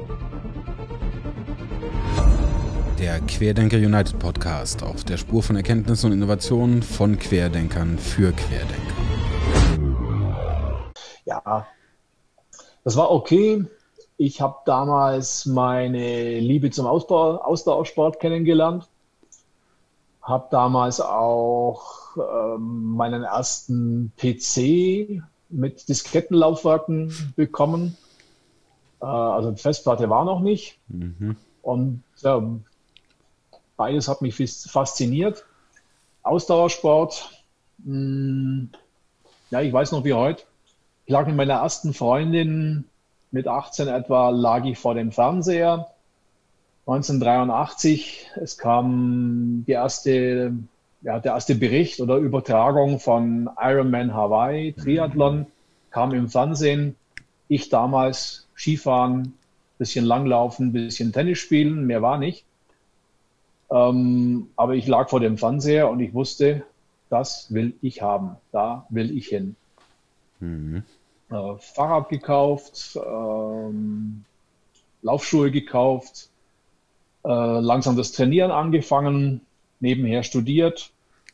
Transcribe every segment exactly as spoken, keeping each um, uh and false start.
Der Querdenker United Podcast auf der Spur von Erkenntnissen und Innovationen von Querdenkern für Querdenker. Ja, das war okay. Ich habe damals meine Liebe zum Ausbau, Ausdauersport kennengelernt. Habe damals auch ähm, meinen ersten P C mit Diskettenlaufwerken bekommen. Äh, also eine Festplatte war noch nicht. Mhm. Und ja, beides hat mich fasziniert. Ausdauersport, mh, ja, ich weiß noch wie heute. Ich lag mit meiner ersten Freundin mit achtzehn etwa, lag ich vor dem Fernseher. neunzehnhundertdreiundachtzig, es kam die erste, ja, der erste Bericht oder Übertragung von Ironman Hawaii, Triathlon, kam im Fernsehen. Ich damals Skifahren, bisschen Langlaufen, bisschen Tennis spielen, mehr war nicht. Ähm, aber ich lag vor dem Fernseher und ich wusste, das will ich haben, da will ich hin. Mhm. Äh, Fahrrad gekauft, ähm, Laufschuhe gekauft, äh, langsam das Trainieren angefangen, nebenher studiert.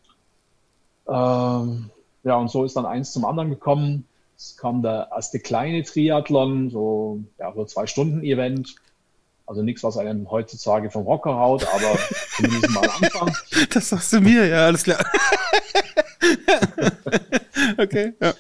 Ähm, ja, und so ist dann eins zum anderen gekommen. Es kam der erste kleine Triathlon, so, ja, so zwei Stunden Event. Also nichts, was einen heutzutage vom Hocker haut, aber zumindest mal anfangen. Das sagst du mir, ja, alles klar. Okay, ja.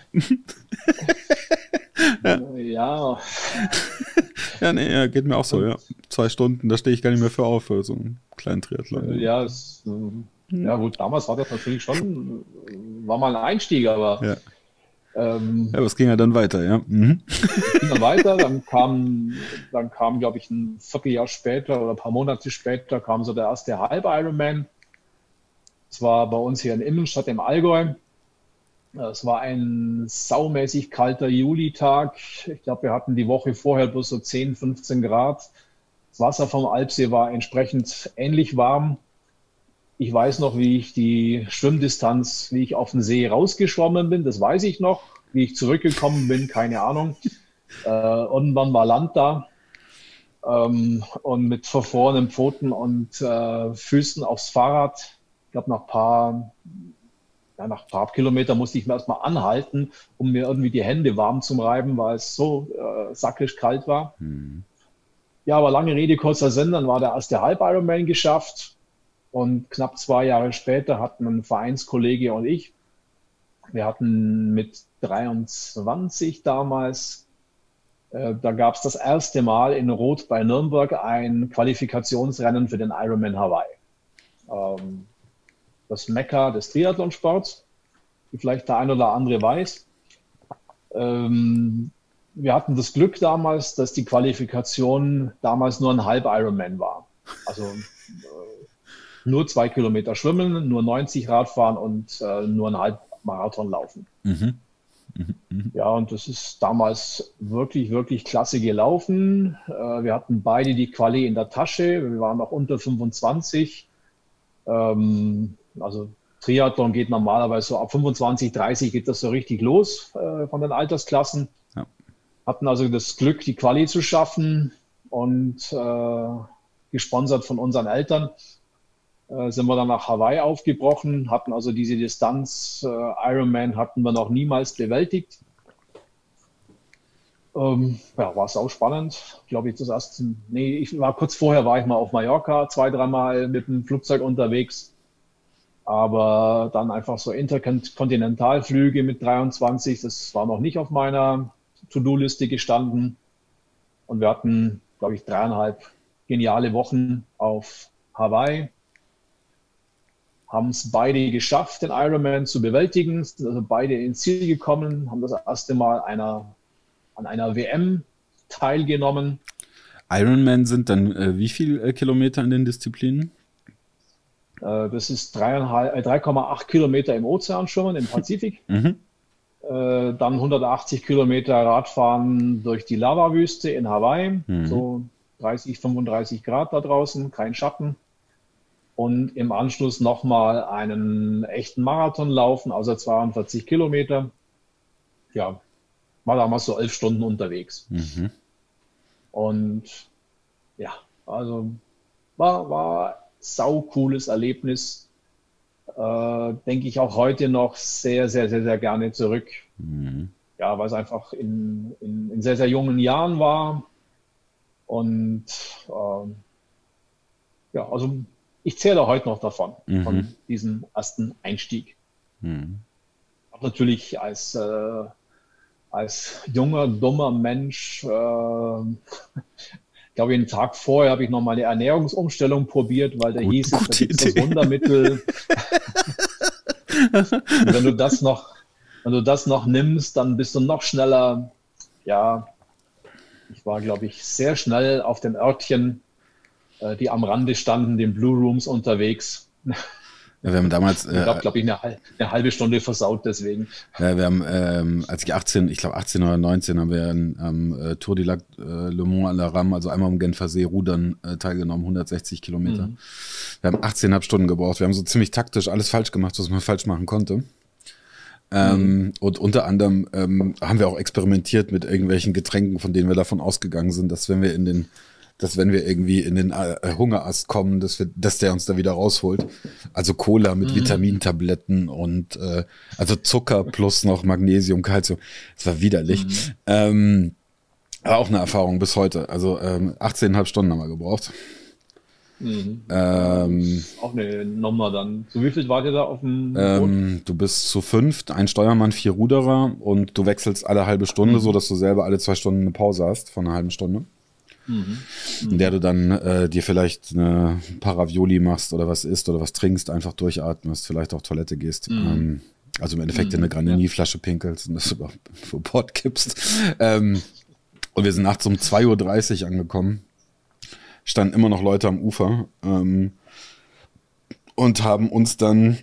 Ja. Ja. Ja, nee, ja, geht mir auch so, ja. Zwei Stunden, da stehe ich gar nicht mehr für auf, für so einen kleinen Triathlon. Ja, es, ja gut, damals war das natürlich schon, war mal ein Einstieg, aber Ja. ähm, Ja, aber es ging ja dann weiter, ja. Mhm. es ging dann weiter, dann kam, dann kam, glaube ich, ein Vierteljahr später oder ein paar Monate später kam so der erste Halb-Ironman. Das war bei uns hier in Immenstadt im Allgäu. Es war ein saumäßig kalter Julitag. Ich glaube, wir hatten die Woche vorher bloß so zehn, fünfzehn Grad. Das Wasser vom Alpsee war entsprechend ähnlich warm. Ich weiß noch, wie ich die Schwimmdistanz, wie ich auf den See rausgeschwommen bin, das weiß ich noch. Wie ich zurückgekommen bin, keine Ahnung. Äh, irgendwann war Land da. Ähm, und mit verfrorenen Pfoten und äh, Füßen aufs Fahrrad. Ich glaube, nach ein paar Ja, nach ein paar Kilometern musste ich mir erstmal anhalten, um mir irgendwie die Hände warm zu reiben, weil es so äh, sakrisch kalt war. Mhm. Ja, aber lange Rede, kurzer Sinn, dann war der erste Halb-Ironman geschafft und knapp zwei Jahre später hatten ein Vereinskollege und ich, wir hatten mit dreiundzwanzig damals, äh, da gab es das erste Mal in Roth bei Nürnberg ein Qualifikationsrennen für den Ironman Hawaii. Ähm, das Mekka des Triathlonsports, wie vielleicht der ein oder andere weiß. Ähm, wir hatten das Glück damals, dass die Qualifikation damals nur ein Halb-Ironman war. Also äh, nur zwei Kilometer schwimmen, nur neunzig Radfahren und äh, nur ein Halbmarathon laufen. Mhm. Mhm. Mhm. Ja, und das ist damals wirklich, wirklich klasse gelaufen. Äh, wir hatten beide die Quali in der Tasche. Wir waren noch unter fünfundzwanzig. Ähm, Also Triathlon geht normalerweise so ab fünfundzwanzig, dreißig geht das so richtig los äh, von den Altersklassen. Ja. Hatten also das Glück, die Quali zu schaffen und äh, gesponsert von unseren Eltern äh, sind wir dann nach Hawaii aufgebrochen, hatten also diese Distanz äh, Ironman hatten wir noch niemals bewältigt. Ähm, ja, war es auch spannend. Glaube ich, das erste, nee, ich war kurz vorher war ich mal auf Mallorca, zwei, dreimal mit dem Flugzeug unterwegs. Aber dann einfach so Interkontinentalflüge mit dreiundzwanzig, das war noch nicht auf meiner To-Do-Liste gestanden. Und wir hatten, glaube ich, dreieinhalb geniale Wochen auf Hawaii. Haben es beide geschafft, den Ironman zu bewältigen, sind also beide ins Ziel gekommen, haben das erste Mal einer, an einer W M teilgenommen. Ironman sind dann äh, wie viele äh, Kilometer in den Disziplinen? Das ist drei Komma acht Kilometer im Ozean schwimmen, im Pazifik. Mhm. Äh, dann hundertachtzig Kilometer Radfahren durch die Lavawüste in Hawaii. Mhm. So dreißig, fünfunddreißig Grad da draußen, kein Schatten. Und im Anschluss nochmal einen echten Marathon laufen, also zweiundvierzig Kilometer. Ja, war damals so elf Stunden unterwegs. Mhm. Und ja, also war, war sau cooles Erlebnis. Äh, denke ich auch heute noch sehr, sehr, sehr, sehr gerne zurück. Mhm. Ja, weil es einfach in, in, in sehr, sehr jungen Jahren war. Und ähm, ja, also ich zähle heute noch davon, Mhm. von diesem ersten Einstieg. Mhm. Hab natürlich als, äh, als junger, dummer Mensch, äh, glaube ich, einen Tag vorher habe ich noch mal eine Ernährungsumstellung probiert, weil da Gut, hieß es, da gute gibt es das Idee. Wundermittel. Und wenn du das noch, wenn du das noch nimmst, dann bist du noch schneller. Ja, ich war, glaube ich, sehr schnell auf den Örtchen, äh, die am Rande standen, den Blue Rooms unterwegs. Ja, wir haben damals, Und habe, äh, glaube ich, eine, hal- eine halbe Stunde versaut deswegen. ja, wir haben, ähm, als ich achtzehn, ich glaube achtzehn oder neunzehn, haben wir am ähm, äh, Tour du Lac äh, Le Mans à la Rame, also einmal um Genfersee rudern, äh, teilgenommen, hundertsechzig Kilometer. Mhm. Wir haben achtzehn Komma fünf Stunden gebraucht. Wir haben so ziemlich taktisch alles falsch gemacht, was man falsch machen konnte. Mhm. Ähm, und unter anderem ähm, haben wir auch experimentiert mit irgendwelchen Getränken, von denen wir davon ausgegangen sind, dass wenn wir in den, dass wenn wir irgendwie in den äh, Hungerast kommen, dass wir, dass der uns da wieder rausholt. Also Cola mit Mhm. Vitamintabletten und äh, also Zucker plus noch Magnesium, Calcium. Das war widerlich. Mhm. Ähm, aber auch eine Erfahrung bis heute. Also ähm, achtzehn Komma fünf Stunden haben wir gebraucht. Mhm. Ja, das Ähm, ist auch eine Nummer dann. So wie viel wart ihr da auf dem Boot? Ähm, du bist zu fünft, ein Steuermann, vier Ruderer und du wechselst alle halbe Stunde, so Mhm. dass du selber alle zwei Stunden eine Pause hast von einer halben Stunde, Mhm. in der Mhm. du dann äh, dir vielleicht eine paar Ravioli machst oder was isst oder was trinkst, einfach durchatmest, vielleicht auch Toilette gehst. Mhm. Ähm, also im Endeffekt in eine Mhm. Ja. Granini-Flasche pinkelst und das über vor Bord kippst. Ähm, und wir sind nachts um zwei Uhr dreißig angekommen, standen immer noch Leute am Ufer ähm, und haben uns dann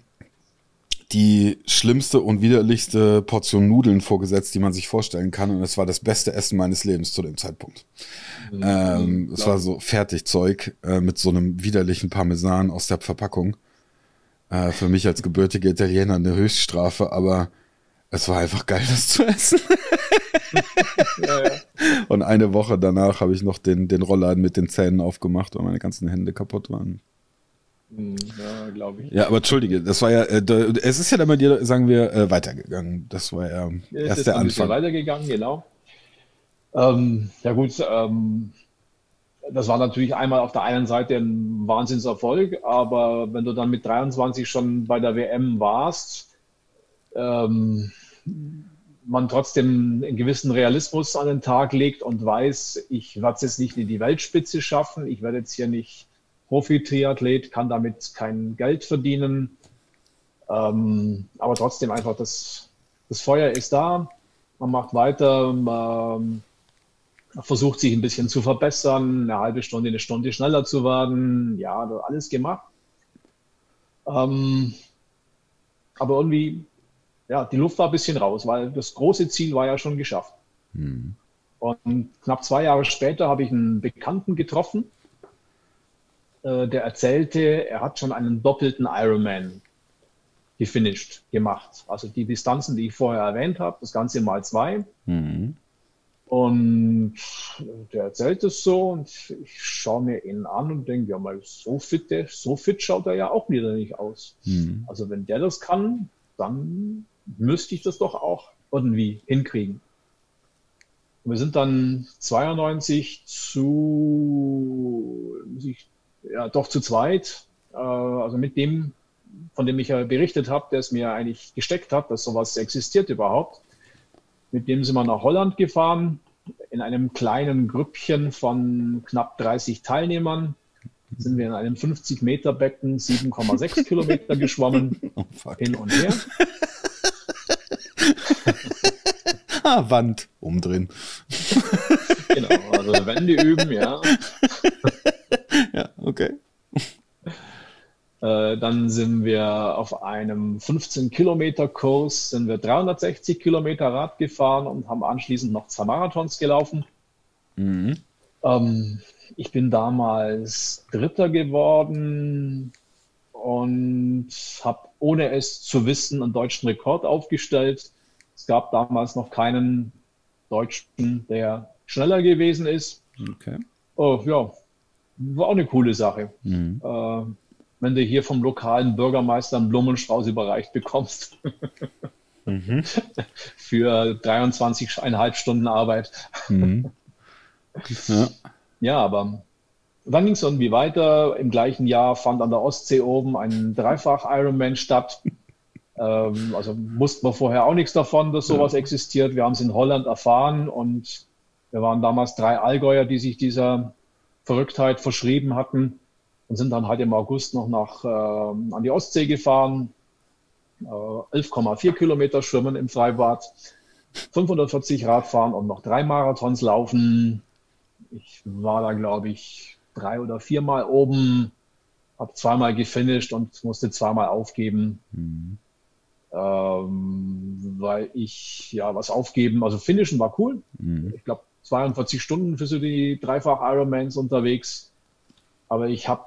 die schlimmste und widerlichste Portion Nudeln vorgesetzt, die man sich vorstellen kann. Und es war das beste Essen meines Lebens zu dem Zeitpunkt. Mhm. Ähm, Mhm. es war Glaube so Fertigzeug äh, mit so einem widerlichen Parmesan aus der Verpackung. Äh, für mich als gebürtiger Italiener eine Höchststrafe, aber es war einfach geil, das zu essen. ich. Ja, ja. Und eine Woche danach habe ich noch den, den Rollladen mit den Zähnen aufgemacht, weil meine ganzen Hände kaputt waren. Mhm. Ja, glaube ich. Ja, aber entschuldige, das war ja, äh, da, es ist ja dann bei dir, sagen wir, äh, weitergegangen. Das war ja Es erst ist der dann ein bisschen Anfang. weitergegangen, genau. Ähm, ja gut, ähm, das war natürlich einmal auf der einen Seite ein Wahnsinnserfolg, aber wenn du dann mit dreiundzwanzig schon bei der W M warst, ähm, man trotzdem einen gewissen Realismus an den Tag legt und weiß, ich werde es jetzt nicht in die Weltspitze schaffen, ich werde jetzt hier nicht Profi-Triathlet, kann damit kein Geld verdienen, ähm, aber trotzdem einfach das, das Feuer ist da, man macht weiter, man versucht sich ein bisschen zu verbessern, eine halbe Stunde, eine Stunde schneller zu werden, ja, das alles gemacht. Ähm, aber irgendwie, ja, die Luft war ein bisschen raus, weil das große Ziel war ja schon geschafft. Hm. Und knapp zwei Jahre später habe ich einen Bekannten getroffen, äh, der erzählte, er hat schon einen doppelten Ironman gefinisht, gemacht. Also die Distanzen, die ich vorher erwähnt habe, das Ganze mal zwei. Hm. Und der erzählt es so und ich schaue mir ihn an und denke, ja mal, so fit, der, so fit schaut er ja auch wieder nicht aus. Hm. Also wenn der das kann, dann müsste ich das doch auch irgendwie hinkriegen. Und wir sind dann zweiundneunzig zu, ja, doch zu zweit, äh, also mit dem, von dem ich ja berichtet habe, der es mir eigentlich gesteckt hat, dass sowas existiert überhaupt. Mit dem sind wir nach Holland gefahren, in einem kleinen Grüppchen von knapp dreißig Teilnehmern. Sind wir in einem fünfzig Meter Becken sieben Komma sechs Kilometer geschwommen, Oh fuck. hin und her. Ah, Wand umdrehen. Genau, also Wände üben, ja. Ja, okay. Äh, dann sind wir auf einem fünfzehn Kilometer Kurs, sind wir dreihundertsechzig Kilometer Rad gefahren und haben anschließend noch zwei Marathons gelaufen. Mhm. Ähm, ich bin damals Dritter geworden und habe, ohne es zu wissen, einen deutschen Rekord aufgestellt. Es gab damals noch keinen Deutschen, der schneller gewesen ist. Okay. Oh, ja, war auch eine coole Sache. Mhm. Äh, wenn du hier vom lokalen Bürgermeister einen Blumenstrauß überreicht bekommst Mhm. für dreiundzwanzig Komma fünf Stunden Arbeit. Mhm. Ja. Ja, aber dann ging es irgendwie weiter. Im gleichen Jahr fand an der Ostsee oben ein Dreifach-Ironman statt. Ähm, also wussten wir vorher auch nichts davon, dass sowas Ja. existiert. Wir haben es in Holland erfahren und wir waren damals drei Allgäuer, die sich dieser Verrücktheit verschrieben hatten und sind dann halt im August noch nach, ähm, an die Ostsee gefahren. Äh, elf Komma vier Kilometer schwimmen im Freibad, fünfhundertvierzig Radfahren und noch drei Marathons laufen. Ich war da, glaube ich, drei oder viermal oben, habe zweimal gefinisht und musste zweimal aufgeben, Mhm. ähm, weil ich ja was aufgeben, also finishen war cool. Mhm. Ich glaube, zweiundvierzig Stunden für so die Dreifach Ironmans unterwegs. Aber ich habe,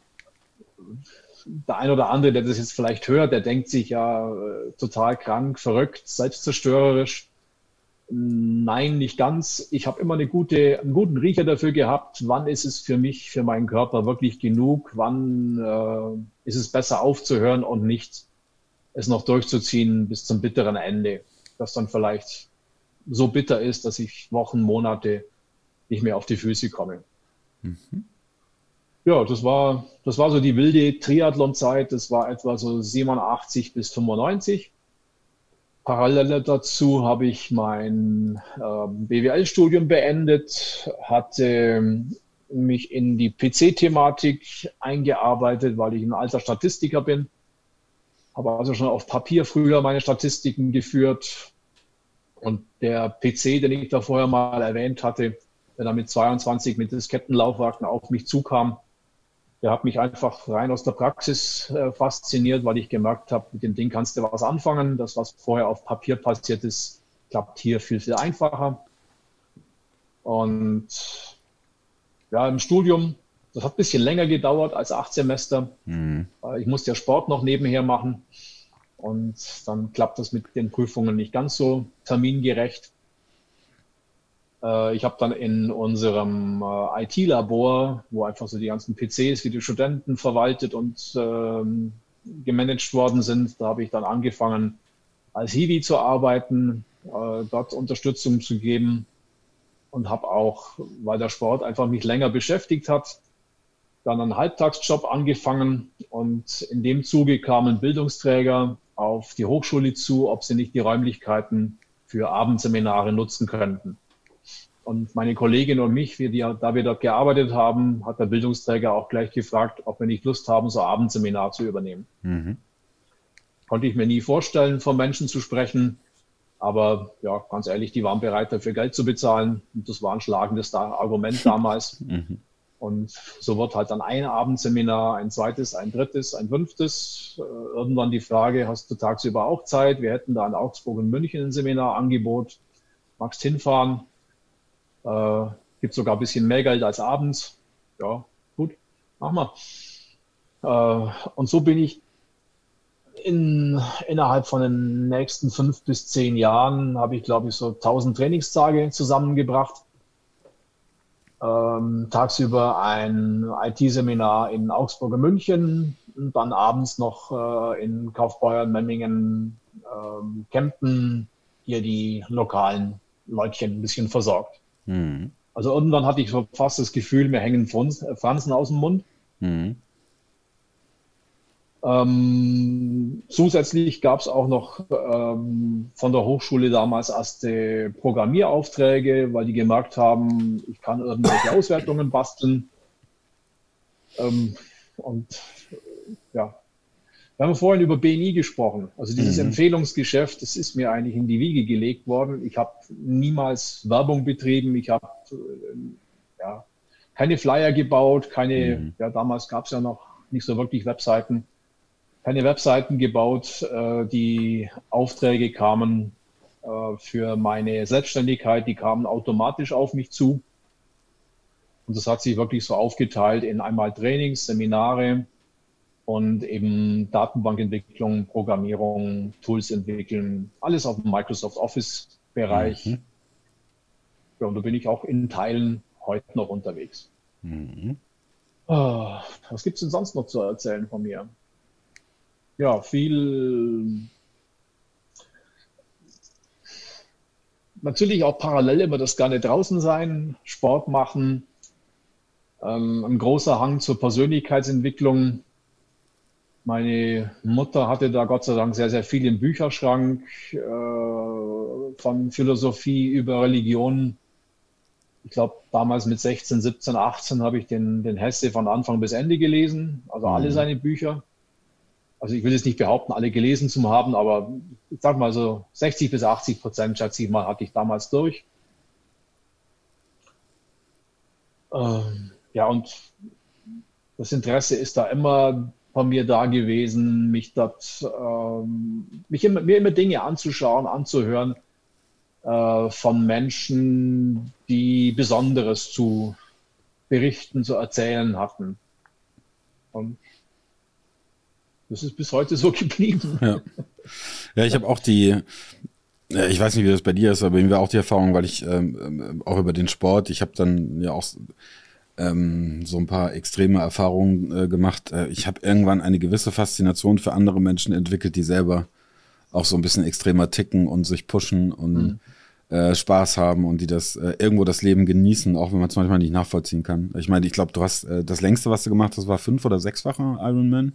der ein oder andere, der das jetzt vielleicht hört, der denkt sich ja äh, total krank, verrückt, selbstzerstörerisch. Nein, nicht ganz. Ich habe immer eine gute, einen guten Riecher dafür gehabt, wann ist es für mich, für meinen Körper wirklich genug, wann äh, ist es besser aufzuhören und nicht es noch durchzuziehen bis zum bitteren Ende, das dann vielleicht so bitter ist, dass ich Wochen, Monate nicht mehr auf die Füße komme. Mhm. Ja, das war, das war so die wilde Triathlon-Zeit. Das war etwa so siebenundachtzig bis fünfundneunzig. Parallel dazu habe ich mein äh, B W L-Studium beendet, hatte mich in die P C-Thematik eingearbeitet, weil ich ein alter Statistiker bin. Habe also schon auf Papier früher meine Statistiken geführt. Und der P C, den ich da vorher mal erwähnt hatte, der dann mit zweiundzwanzig mit Diskettenlaufwerken auf mich zukam, der hat mich einfach rein aus der Praxis äh, fasziniert, weil ich gemerkt habe, mit dem Ding kannst du was anfangen. Das, was vorher auf Papier passiert ist, klappt hier viel, viel einfacher. Und ja, im Studium, das hat ein bisschen länger gedauert als acht Semester. Mhm. Ich musste ja Sport noch nebenher machen. Und dann klappt das mit den Prüfungen nicht ganz so termingerecht. Ich habe dann in unserem äh, I T-Labor, wo einfach so die ganzen P Cs für die Studenten verwaltet und ähm, gemanagt worden sind, da habe ich dann angefangen, als Hiwi zu arbeiten, äh, dort Unterstützung zu geben und habe auch, weil der Sport einfach mich länger beschäftigt hat, dann einen Halbtagsjob angefangen und in dem Zuge kamen Bildungsträger auf die Hochschule zu, ob sie nicht die Räumlichkeiten für Abendseminare nutzen könnten. Und meine Kollegin und mich, wir, die, da wir dort gearbeitet haben, hat der Bildungsträger auch gleich gefragt, ob wir nicht Lust haben, so ein Abendseminar zu übernehmen. Mhm. Konnte ich mir nie vorstellen, von Menschen zu sprechen. Aber ja, ganz ehrlich, die waren bereit, dafür Geld zu bezahlen. Und das war ein schlagendes Argument damals. Mhm. Und so wird halt dann ein Abendseminar, ein zweites, ein drittes, ein fünftes. Irgendwann die Frage, hast du tagsüber auch Zeit? Wir hätten da in Augsburg und München ein Seminarangebot. Magst hinfahren? Äh, gibt sogar ein bisschen mehr Geld als abends. Ja, gut, machen wir. Äh, und so bin ich in, innerhalb von den nächsten fünf bis zehn Jahren, habe ich, glaube ich, so tausend Trainingstage zusammengebracht. Ähm, tagsüber ein I T-Seminar in Augsburg und München und dann abends noch äh, in Kaufbeuern, Memmingen, ähm, Kempten hier die lokalen Leutchen ein bisschen versorgt. Mhm. Also irgendwann hatte ich so fast das Gefühl, mir hängen Fransen aus dem Mund. Mhm. Ähm, zusätzlich gab es auch noch ähm, von der Hochschule damals erste Programmieraufträge, weil die gemerkt haben, ich kann irgendwelche Auswertungen basteln. Ähm, und ja, wir haben vorhin über B N I gesprochen. Also dieses Mhm. Empfehlungsgeschäft, das ist mir eigentlich in die Wiege gelegt worden. Ich habe niemals Werbung betrieben. Ich habe äh, ja, keine Flyer gebaut, keine, Mhm. ja, damals gab es ja noch nicht so wirklich Webseiten, keine Webseiten gebaut. Äh, die Aufträge kamen äh, für meine Selbstständigkeit, die kamen automatisch auf mich zu. Und das hat sich wirklich so aufgeteilt in einmal Trainings, Seminare, und eben Datenbankentwicklung, Programmierung, Tools entwickeln, alles auf dem Microsoft Office-Bereich. Mhm. Ja, und da bin ich auch in Teilen heute noch unterwegs. Mhm. Oh, was gibt es denn sonst noch zu erzählen von mir? Ja, viel, natürlich auch parallel immer das gerne draußen sein, Sport machen, ähm, ein großer Hang zur Persönlichkeitsentwicklung. Meine Mutter hatte da Gott sei Dank sehr, sehr viel im Bücherschrank, äh, von Philosophie über Religion. Ich glaube, damals mit sechzehn, siebzehn, achtzehn habe ich den, den Hesse von Anfang bis Ende gelesen, also alle Mhm. seine Bücher. Also ich will jetzt nicht behaupten, alle gelesen zu haben, aber ich sag mal so sechzig bis achtzig Prozent, schätze ich mal, hatte ich damals durch. Ähm, ja, und das Interesse ist da immer von mir da gewesen, mich dort, ähm, mich immer, mir immer Dinge anzuschauen, anzuhören, äh, von Menschen, die Besonderes zu berichten, zu erzählen hatten. Und das ist bis heute so geblieben. Ja. Ja, ich habe auch die, äh, ich weiß nicht, wie das bei dir ist, aber bei mir war auch die Erfahrung, weil ich ähm, ähm, auch über den Sport, ich habe dann ja auch ähm, so ein paar extreme Erfahrungen äh, gemacht. Äh, ich habe irgendwann eine gewisse Faszination für andere Menschen entwickelt, die selber auch so ein bisschen extremer ticken und sich pushen und Hm. äh, Spaß haben und die das äh, irgendwo das Leben genießen, auch wenn man es manchmal nicht nachvollziehen kann. Ich meine, ich glaube, du hast äh, das längste, was du gemacht hast, war fünf- oder sechsfacher Ironman.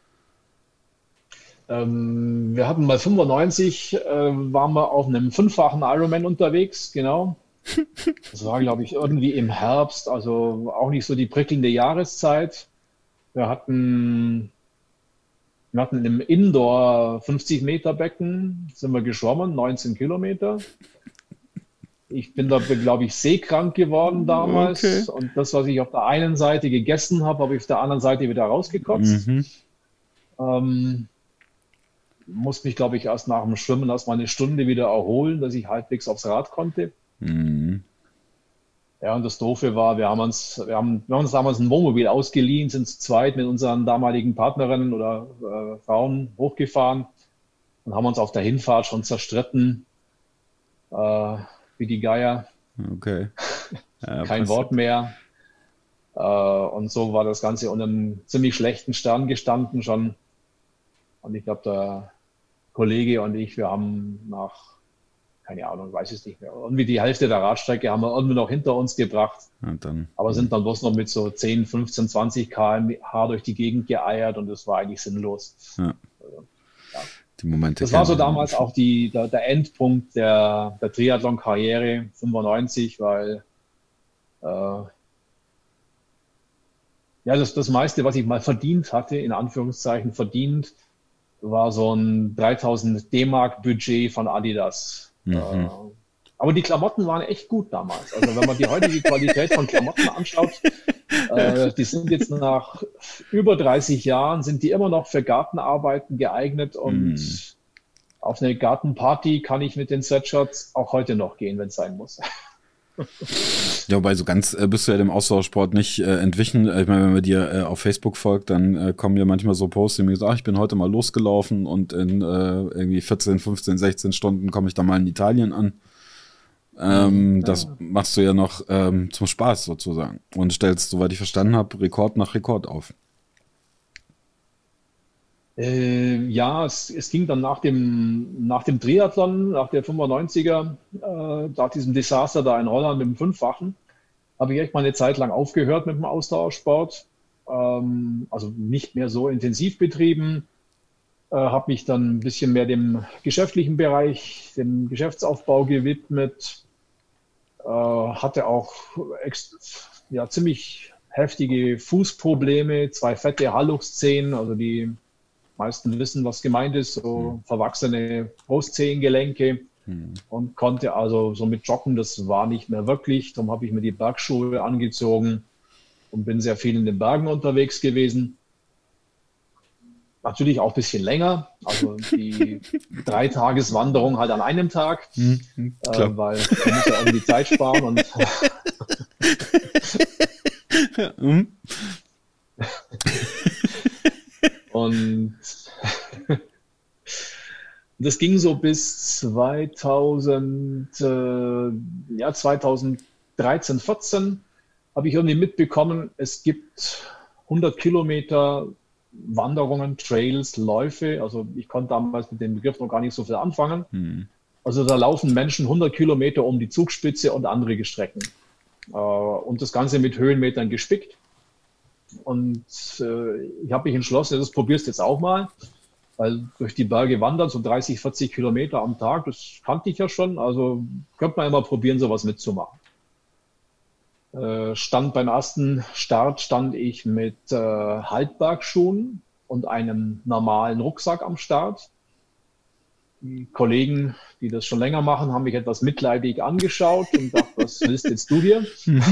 Ähm, wir hatten mal fünfundneunzig, äh, waren wir auf einem fünffachen Ironman unterwegs, genau. Das war, glaube ich, irgendwie im Herbst, also auch nicht so die prickelnde Jahreszeit. Wir hatten, wir hatten im Indoor fünfzig Meter Becken, sind wir geschwommen, neunzehn Kilometer. Ich bin da, glaube ich, seekrank geworden Okay. damals. Und das, was ich auf der einen Seite gegessen habe, habe ich auf der anderen Seite wieder rausgekotzt. Mhm. Ähm, Musste mich, glaube ich, erst nach dem Schwimmen erst mal eine Stunde wieder erholen, dass ich halbwegs aufs Rad konnte. Mhm. Ja, und das Doofe war, wir haben uns, wir haben, wir haben uns damals ein Wohnmobil ausgeliehen, sind zu zweit mit unseren damaligen Partnerinnen oder äh, Frauen hochgefahren und haben uns auf der Hinfahrt schon zerstritten, äh, wie die Geier, Okay. Ja, kein passiert. Wort mehr. Äh, und so war das Ganze unter einem ziemlich schlechten Stern gestanden schon. Und ich glaube, der Kollege und ich, wir haben nach, keine Ahnung, weiß es nicht mehr, irgendwie die Hälfte der Radstrecke haben wir irgendwie noch hinter uns gebracht, Und dann, aber hm, sind dann bloß noch mit so zehn, fünfzehn, zwanzig Kilometer pro Stunde durch die Gegend geeiert und das war eigentlich sinnlos. ja, Ja. die Momente Das war kennen so wir. damals auch die, der, der Endpunkt der, der Triathlon-Karriere, fünfundneunzig, weil äh, ja, das, das meiste, was ich mal verdient hatte, in Anführungszeichen verdient, war so ein dreitausend D-Mark Budget von Adidas. Äh, Mhm. aber die Klamotten waren echt gut damals. Also wenn man die heutige Qualität von Klamotten anschaut, äh, die sind jetzt nach über dreißig Jahren, sind die immer noch für Gartenarbeiten geeignet Mhm. und auf eine Gartenparty kann ich mit den Sweatshirts auch heute noch gehen, wenn es sein muss. Ja, wobei so ganz äh, bist du ja dem Ausdauersport nicht äh, entwichen. Äh, Ich meine, wenn man dir äh, auf Facebook folgt, dann äh, kommen ja manchmal so Posts, die mir sagen, ach, ich bin heute mal losgelaufen und in äh, irgendwie vierzehn, fünfzehn, sechzehn Stunden komme ich dann mal in Italien an. Mhm. Ähm, das Ja. machst du ja noch ähm, zum Spaß sozusagen und stellst, soweit ich verstanden habe, Rekord nach Rekord auf. Äh, ja, es, es ging dann nach dem, nach dem Triathlon, nach der fünfundneunziger, äh, nach diesem Desaster da in Holland mit dem Fünffachen, habe ich echt mal eine Zeit lang aufgehört mit dem Ausdauersport. Ähm, also nicht mehr so intensiv betrieben, äh, habe mich dann ein bisschen mehr dem geschäftlichen Bereich, dem Geschäftsaufbau gewidmet, äh, hatte auch ex ja, ziemlich heftige Fußprobleme, zwei fette Halluxzehen, also die meisten wissen, was gemeint ist, Hm. so verwachsene Brustzehengelenke Hm. und konnte also so mit Joggen, das war nicht mehr wirklich. Darum habe ich mir die Bergschuhe angezogen und bin sehr viel in den Bergen unterwegs gewesen. Natürlich auch ein bisschen länger, also die Dreitageswanderung halt an einem Tag, Hm. Hm. äh, Klar. weil man muss ja irgendwie Zeit sparen und, Hm. und das ging so bis zweitausend, äh, ja, zweitausenddreizehn, vierzehn. habe ich irgendwie mitbekommen, es gibt hundert Kilometer Wanderungen, Trails, Läufe. Also ich konnte damals mit dem Begriff noch gar nicht so viel anfangen. Hm. Also da laufen Menschen hundert Kilometer um die Zugspitze und andere Strecken. Äh, und das Ganze mit Höhenmetern gespickt. Und äh, ich habe mich entschlossen, das probierst du jetzt auch mal, weil durch die Berge wandern, so dreißig, vierzig Kilometer am Tag, das kannte ich ja schon. Also könnte man ja mal probieren, sowas mitzumachen. Äh, stand beim ersten Start stand ich mit äh, Haltbergschuhen und einem normalen Rucksack am Start. Die Kollegen, die das schon länger machen, haben mich etwas mitleidig angeschaut und gedacht, was willst jetzt du dir?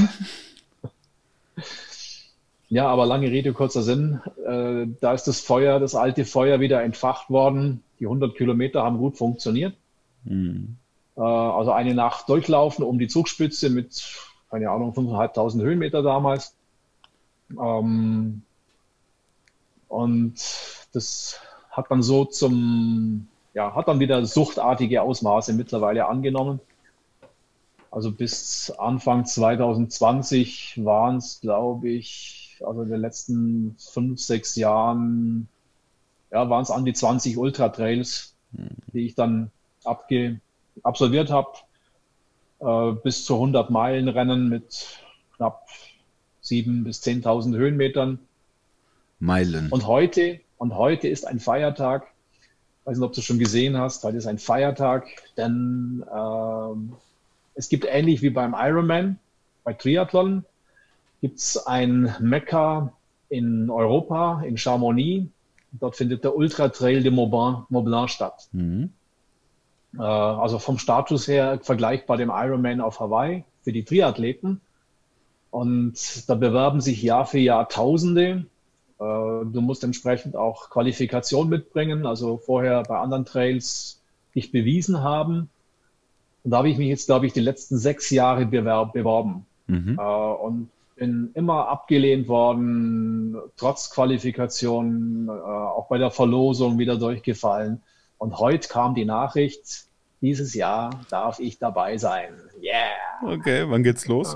Ja, aber lange Rede, kurzer Sinn. Äh, da ist das Feuer, das alte Feuer wieder entfacht worden. Die hundert Kilometer haben gut funktioniert. Mhm. Äh, also eine Nacht durchlaufen um die Zugspitze mit, keine Ahnung, fünftausendfünfhundert Höhenmeter damals. Ähm, und das hat dann so zum, ja, hat dann wieder suchtartige Ausmaße mittlerweile angenommen. Also bis Anfang zwanzig zwanzig waren es, glaube ich, also in den letzten fünf, sechs Jahren, ja, waren es an die zwanzig Ultra-Trails, die ich dann abge absolviert habe, äh, bis zu hundert Meilen Rennen mit knapp siebentausend bis zehntausend Höhenmetern. Meilen. Und heute, und heute ist ein Feiertag. Ich weiß nicht, ob du es schon gesehen hast. Heute ist ein Feiertag, denn ähm, es gibt ähnlich wie beim Ironman, bei Triathlon, gibt es ein Mekka in Europa, in Chamonix. Dort findet der Ultra Trail de Mont Blanc, Mont Blanc statt. Mhm. Äh, also vom Status her vergleichbar dem Ironman auf Hawaii für die Triathleten. Und da bewerben sich Jahr für Jahr Tausende. Äh, du musst entsprechend auch Qualifikation mitbringen, also vorher bei anderen Trails dich bewiesen haben. Und da habe ich mich jetzt, glaube ich, die letzten sechs Jahre bewerb, beworben. Mhm. Äh, und bin immer abgelehnt worden, trotz Qualifikation, äh, auch bei der Verlosung wieder durchgefallen. Und heute kam die Nachricht, dieses Jahr darf ich dabei sein. Yeah! Okay, wann geht's los?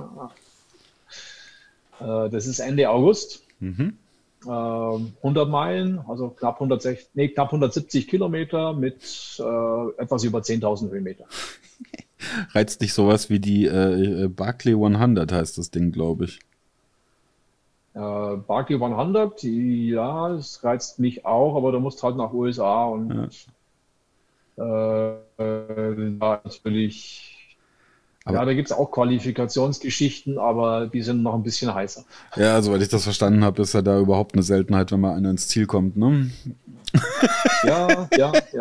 Äh, das ist Ende August. Mhm. Äh, hundert Meilen, also knapp, hundertsechzig, nee, knapp hundertsiebzig Kilometer mit äh, etwas über zehntausend Höhenmeter. Reizt dich sowas wie die äh, Barclay hundert, heißt das Ding, glaube ich. Äh, Barclay hundert, ja, das reizt mich auch, aber du musst halt nach U S A und ja, äh, da natürlich, aber, ja, da gibt es auch Qualifikationsgeschichten, aber die sind noch ein bisschen heißer. Ja, soweit ich das verstanden habe, ist ja da überhaupt eine Seltenheit, wenn mal einer ins Ziel kommt, ne? Ja, ja, ja.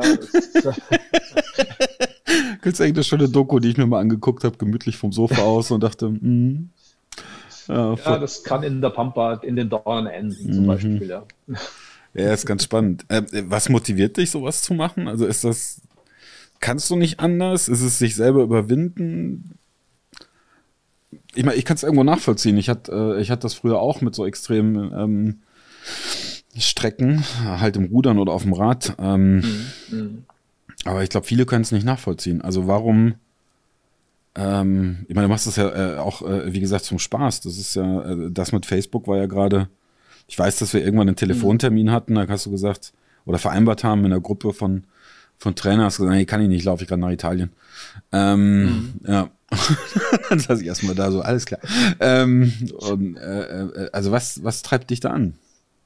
Gibt es eigentlich eine schöne Doku, die ich mir mal angeguckt habe, gemütlich vom Sofa aus und dachte, mh, ja, ja, das kann in der Pampa, in den Dornen enden, zum mhm. Beispiel, ja. Ja, ist ganz spannend. Äh, was motiviert dich, sowas zu machen? Also ist das, kannst du nicht anders? Ist es sich selber überwinden? Ich meine, ich kann es irgendwo nachvollziehen. Ich hatte äh, ich hatte das früher auch mit so extremen ähm, Strecken, halt im Rudern oder auf dem Rad. Ähm, Mhm. Mhm. aber ich glaube, viele können es nicht nachvollziehen. Also warum, ähm, ich meine, du machst das ja äh, auch, äh, wie gesagt, zum Spaß. Das ist ja, äh, das mit Facebook war ja gerade, ich weiß, dass wir irgendwann einen Telefontermin hatten, da hast du gesagt, oder vereinbart haben in einer Gruppe von, von Trainern, hast du gesagt, nee, kann ich nicht, laufe ich gerade nach Italien. Ähm, Mhm. ja. Dann saß ich erstmal da so, alles klar. Ähm, und, äh, äh, also was, was treibt dich da an?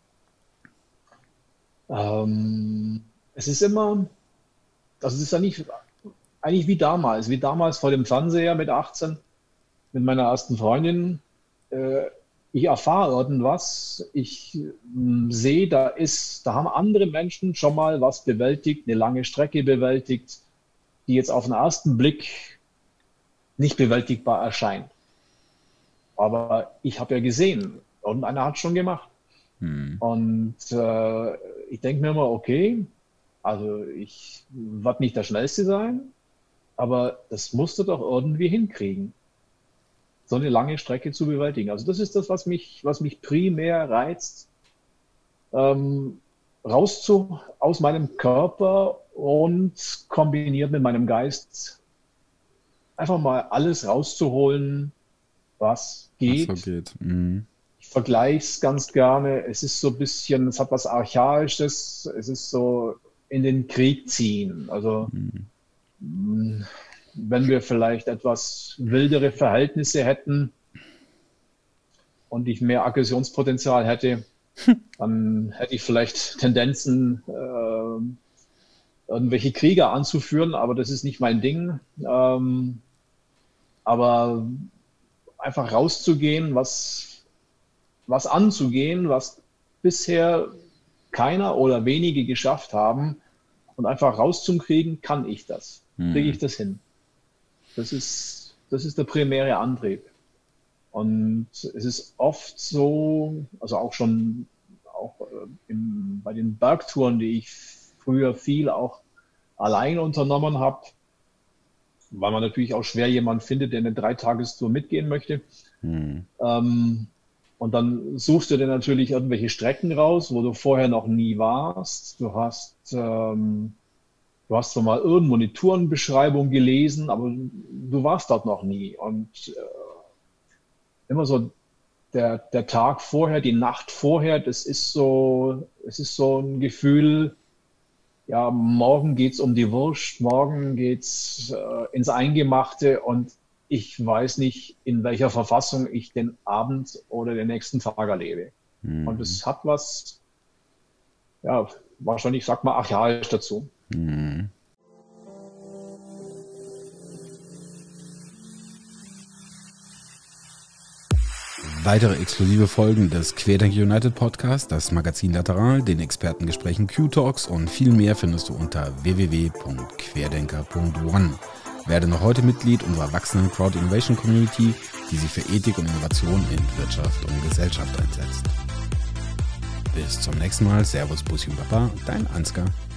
Ähm, es ist immer, also es ist ja nicht, eigentlich wie damals, wie damals vor dem Fernseher mit achtzehn, mit meiner ersten Freundin. Äh, ich erfahre irgendwas, ich mh, sehe, da ist, da haben andere Menschen schon mal was bewältigt, eine lange Strecke bewältigt, die jetzt auf den ersten Blick nicht bewältigbar erscheint. Aber ich habe ja gesehen, irgendeiner hat es schon gemacht. Hm. Und äh, ich denke mir immer, okay, also ich werde nicht der Schnellste sein, aber das musst du doch irgendwie hinkriegen, so eine lange Strecke zu bewältigen. Also das ist das, was mich, was mich primär reizt, ähm, rauszu aus meinem Körper und kombiniert mit meinem Geist einfach mal alles rauszuholen, was geht. Was so geht. Mhm. Ich vergleiche es ganz gerne. Es ist so ein bisschen, es hat was Archaisches. Es ist so in den Krieg ziehen. Also mhm. wenn wir vielleicht etwas wildere Verhältnisse hätten und ich mehr Aggressionspotenzial hätte, dann hätte ich vielleicht Tendenzen, äh, irgendwelche Krieger anzuführen, aber das ist nicht mein Ding. Ähm, aber einfach rauszugehen, was, was anzugehen, was bisher keiner oder wenige geschafft haben und einfach rauszukriegen, kann ich das. Hm. Kriege ich das hin. Das ist, das ist der primäre Antrieb. Und es ist oft so, also auch schon auch im, bei den Bergtouren, die ich früher viel auch allein unternommen habe, weil man natürlich auch schwer jemanden findet, der eine Dreitagestour mitgehen möchte. Hm. Ähm, und dann suchst du dir natürlich irgendwelche Strecken raus, wo du vorher noch nie warst. Du hast, ähm, du hast zwar mal irgendwo eine Tourenbeschreibung gelesen, aber du warst dort noch nie. Und äh, immer so der, der Tag vorher, die Nacht vorher, das ist so, es ist so ein Gefühl, ja, morgen geht's um die Wurst, morgen geht's äh, ins Eingemachte und ich weiß nicht, in welcher Verfassung ich den Abend oder den nächsten Tag erlebe. Mhm. Und es hat was, ja, wahrscheinlich sagt man archaisch dazu. Mhm. Weitere exklusive Folgen des Querdenker United Podcast, das Magazin Lateral, den Expertengesprächen Q-Talks und viel mehr findest du unter w w w punkt querdenker punkt one. Werde noch heute Mitglied unserer wachsenden Crowd Innovation Community, die sich für Ethik und Innovation in Wirtschaft und Gesellschaft einsetzt. Bis zum nächsten Mal. Servus, Bussi und Baba, dein Ansgar.